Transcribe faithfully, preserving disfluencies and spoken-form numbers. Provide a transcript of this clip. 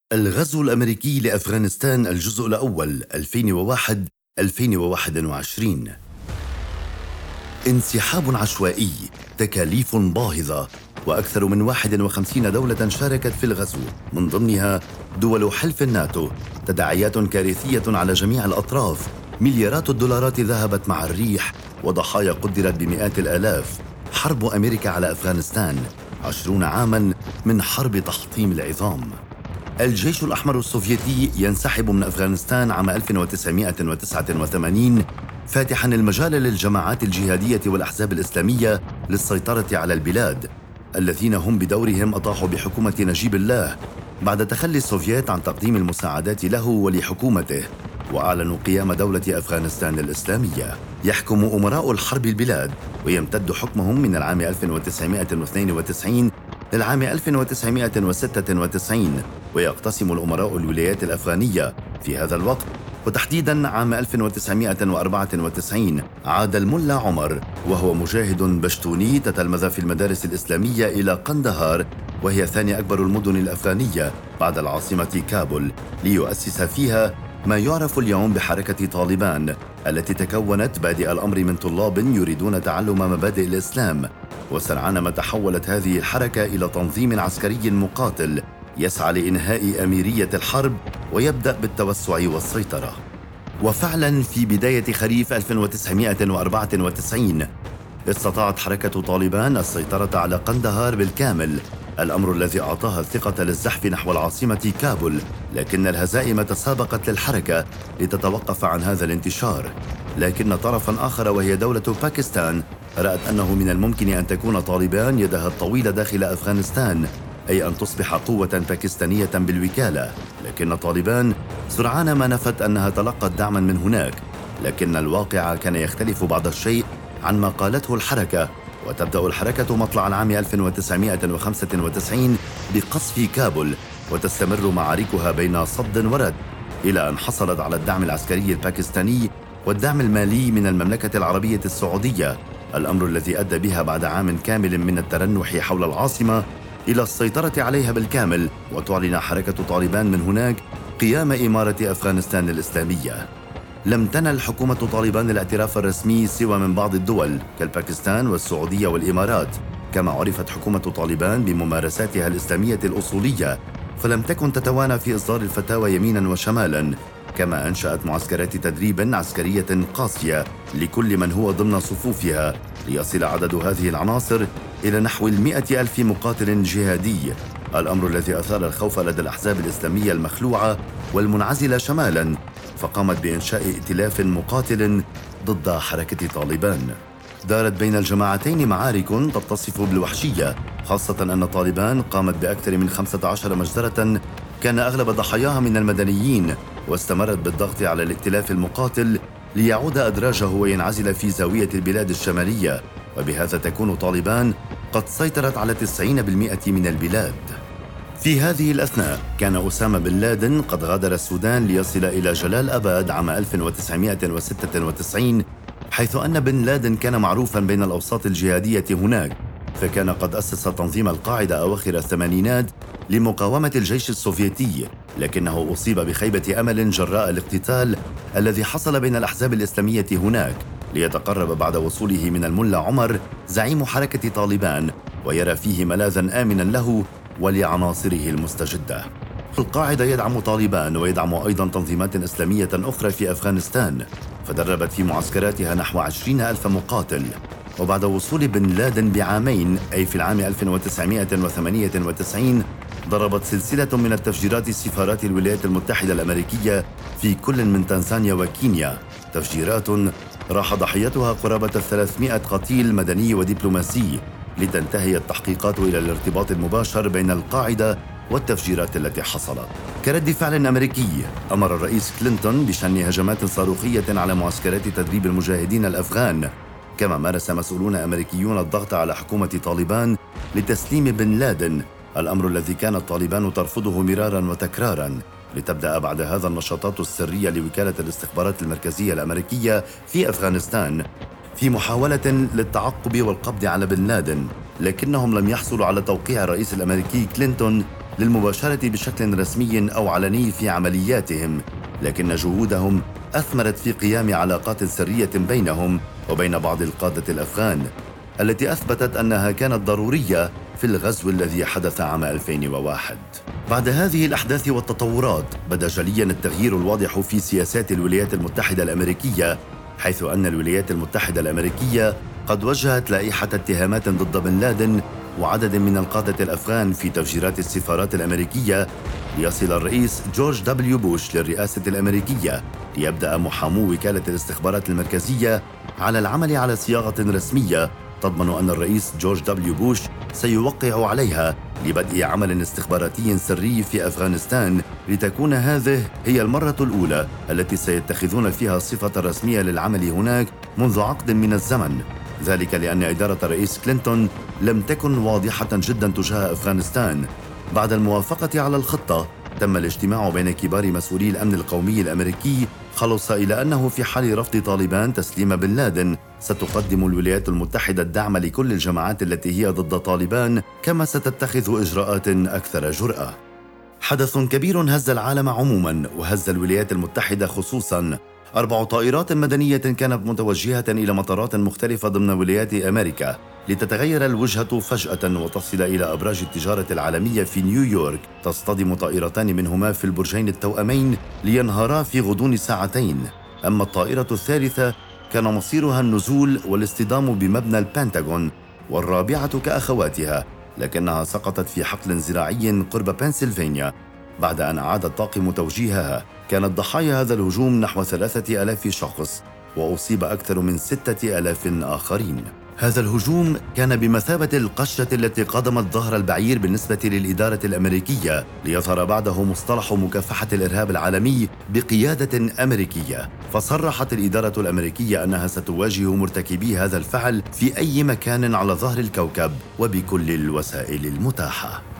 الغزو الأمريكي لأفغانستان الجزء الأول ألفين وواحد ألفين وواحد وعشرين. انسحاب عشوائي، تكاليف باهظة، وأكثر من واحد وخمسين دولة شاركت في الغزو، من ضمنها دول حلف الناتو. تداعيات كارثية على جميع الأطراف، مليارات الدولارات ذهبت مع الريح، وضحايا قدرت بمئات الآلاف. حرب أمريكا على أفغانستان، عشرون عاماً من حرب تحطيم العظام. الجيش الأحمر السوفيتي ينسحب من أفغانستان عام ألف وتسعمائة وتسعة وثمانين، فاتحاً المجال للجماعات الجهادية والأحزاب الإسلامية للسيطرة على البلاد، الذين هم بدورهم أطاحوا بحكومة نجيب الله بعد تخلي السوفييت عن تقديم المساعدات له ولحكومته، وأعلنوا قيام دولة أفغانستان الإسلامية. يحكم أمراء الحرب البلاد، ويمتد حكمهم من العام ألف وتسعمائة واثنين وتسعين للعام ألف وتسعمائة وستة وتسعين، ويقتسم الأمراء الولايات الأفغانية. في هذا الوقت، وتحديداً عام ألف وتسعمائة وأربعة وتسعين، عاد الملا عمر وهو مجاهد بشتوني تتلمذ في المدارس الإسلامية إلى قندهار، وهي ثاني أكبر المدن الأفغانية بعد العاصمة كابول، ليؤسس فيها ما يعرف اليوم بحركة طالبان، التي تكونت بادئ الأمر من طلاب يريدون تعلم مبادئ الإسلام. وسرعان ما تحولت هذه الحركة إلى تنظيم عسكري مقاتل يسعى لإنهاء أميرية الحرب ويبدأ بالتوسع والسيطرة. وفعلا في بداية خريف ألف وتسعمائة وأربعة وتسعين استطاعت حركة طالبان السيطرة على قندهار بالكامل، الأمر الذي أعطاها الثقة للزحف نحو العاصمة كابول. لكن الهزائم تسابقت للحركة لتتوقف عن هذا الانتشار، لكن طرفاً آخر وهي دولة باكستان رأت أنه من الممكن أن تكون طالبان يدها الطويلة داخل أفغانستان، أي أن تصبح قوة باكستانية بالوكالة. لكن طالبان سرعان ما نفت أنها تلقت دعماً من هناك، لكن الواقع كان يختلف بعض الشيء عن ما قالته الحركة. وتبدأ الحركة مطلع العام ألف وتسعمائة وخمسة وتسعين بقصف كابول، وتستمر معاركها بين صد ورد إلى أن حصلت على الدعم العسكري الباكستاني والدعم المالي من المملكة العربية السعودية، الأمر الذي أدى بها بعد عام كامل من الترنح حول العاصمة إلى السيطرة عليها بالكامل، وتعلن حركة طالبان من هناك قيام إمارة أفغانستان الإسلامية. لم تنل حكومة طالبان الاعتراف الرسمي سوى من بعض الدول كالباكستان والسعودية والإمارات، كما عرفت حكومة طالبان بممارساتها الإسلامية الأصولية، فلم تكن تتوانى في إصدار الفتاوى يمينا وشمالا. كما أنشأت معسكرات تدريب عسكرية قاسية لكل من هو ضمن صفوفها، ليصل عدد هذه العناصر إلى نحو المئة ألف مقاتل جهادي، الأمر الذي أثار الخوف لدى الأحزاب الإسلامية المخلوعة والمنعزلة شمالا، فقامت بإنشاء ائتلاف مقاتل ضد حركة طالبان. دارت بين الجماعتين معارك تتصف بالوحشية، خاصة أن طالبان قامت بأكثر من خمسة عشر مجزرة كان أغلب ضحاياها من المدنيين، واستمرت بالضغط على الائتلاف المقاتل ليعود أدراجه وينعزل في زاوية البلاد الشمالية، وبهذا تكون طالبان قد سيطرت على تسعين بالمئة من البلاد. في هذه الأثناء كان أسامة بن لادن قد غادر السودان ليصل إلى جلال أباد عام ألف وتسعمائة وستة وتسعين، حيث أن بن لادن كان معروفاً بين الأوساط الجهادية هناك، فكان قد أسس تنظيم القاعدة أواخر الثمانينات لمقاومة الجيش السوفيتي، لكنه أصيب بخيبة أمل جراء الاقتتال الذي حصل بين الأحزاب الإسلامية هناك، ليتقرب بعد وصوله من الملا عمر زعيم حركة طالبان ويرى فيه ملاذاً آمناً له ولعناصره المستجدة. القاعدة يدعم طالبان ويدعم أيضاً تنظيمات إسلامية أخرى في أفغانستان، فدربت في معسكراتها نحو عشرين ألف مقاتل. وبعد وصول بن لادن بعامين، أي في العام ألف وتسعمائة وثمانية وتسعين، ضربت سلسلة من التفجيرات سفارات الولايات المتحدة الأمريكية في كل من تنزانيا وكينيا، تفجيرات راح ضحيتها قرابة ثلاثمائة قتيل مدني ودبلوماسي، لتنتهي التحقيقات إلى الارتباط المباشر بين القاعدة والتفجيرات التي حصلت. كرد فعل أمريكي، أمر الرئيس كلينتون بشن هجمات صاروخية على معسكرات تدريب المجاهدين الأفغان، كما مارس مسؤولون أمريكيون الضغط على حكومة طالبان لتسليم بن لادن، الأمر الذي كانت طالبان ترفضه مرارا وتكرارا، لتبدأ بعد هذا النشاطات السرية لوكالة الاستخبارات المركزية الأمريكية في أفغانستان في محاولة للتعقب والقبض على بن لادن، لكنهم لم يحصلوا على توقيع الرئيس الأمريكي كلينتون للمباشرة بشكل رسمي أو علني في عملياتهم، لكن جهودهم أثمرت في قيام علاقات سرية بينهم وبين بعض القادة الأفغان التي أثبتت أنها كانت ضرورية في الغزو الذي حدث عام ألفين وواحد. بعد هذه الأحداث والتطورات بدأ جلياً التغيير الواضح في سياسات الولايات المتحدة الأمريكية، حيث أن الولايات المتحدة الأمريكية قد وجهت لائحة اتهامات ضد بن لادن وعدد من القادة الأفغان في تفجيرات السفارات الأمريكية، ليصل الرئيس جورج دبليو بوش للرئاسة الأمريكية ليبدأ محامو وكالة الاستخبارات المركزية على العمل على صياغة رسمية تضمن أن الرئيس جورج دبليو بوش سيوقع عليها لبدء عمل استخباراتي سري في أفغانستان، لتكون هذه هي المرة الأولى التي سيتخذون فيها الصفة الرسمية للعمل هناك منذ عقد من الزمن، ذلك لأن إدارة الرئيس كلينتون لم تكن واضحة جدا تجاه أفغانستان. بعد الموافقة على الخطة تم الاجتماع بين كبار مسؤولي الأمن القومي الأمريكي، خلص إلى أنه في حال رفض طالبان تسليم بن لادن ستقدم الولايات المتحدة الدعم لكل الجماعات التي هي ضد طالبان، كما ستتخذ إجراءات أكثر جرأة. حدث كبير هز العالم عموما وهز الولايات المتحدة خصوصا. أربع طائرات مدنية كانت متوجهة إلى مطارات مختلفة ضمن ولايات أمريكا لتتغير الوجهة فجأة وتصل إلى أبراج التجارة العالمية في نيويورك، تصطدم طائرتان منهما في البرجين التوأمين لينهارا في غضون ساعتين. أما الطائرة الثالثة كان مصيرها النزول والاصطدام بمبنى البنتاغون، والرابعة كأخواتها لكنها سقطت في حقل زراعي قرب بنسلفانيا بعد أن أعاد الطاقم توجيهها. كانت ضحايا هذا الهجوم نحو ثلاثة آلاف شخص وأصيب أكثر من ستة آلاف آخرين. هذا الهجوم كان بمثابة القشة التي قدمت ظهر البعير بالنسبة للإدارة الأمريكية، ليظهر بعده مصطلح مكافحة الإرهاب العالمي بقيادة أمريكية. فصرحت الإدارة الأمريكية أنها ستواجه مرتكبي هذا الفعل في أي مكان على ظهر الكوكب وبكل الوسائل المتاحة.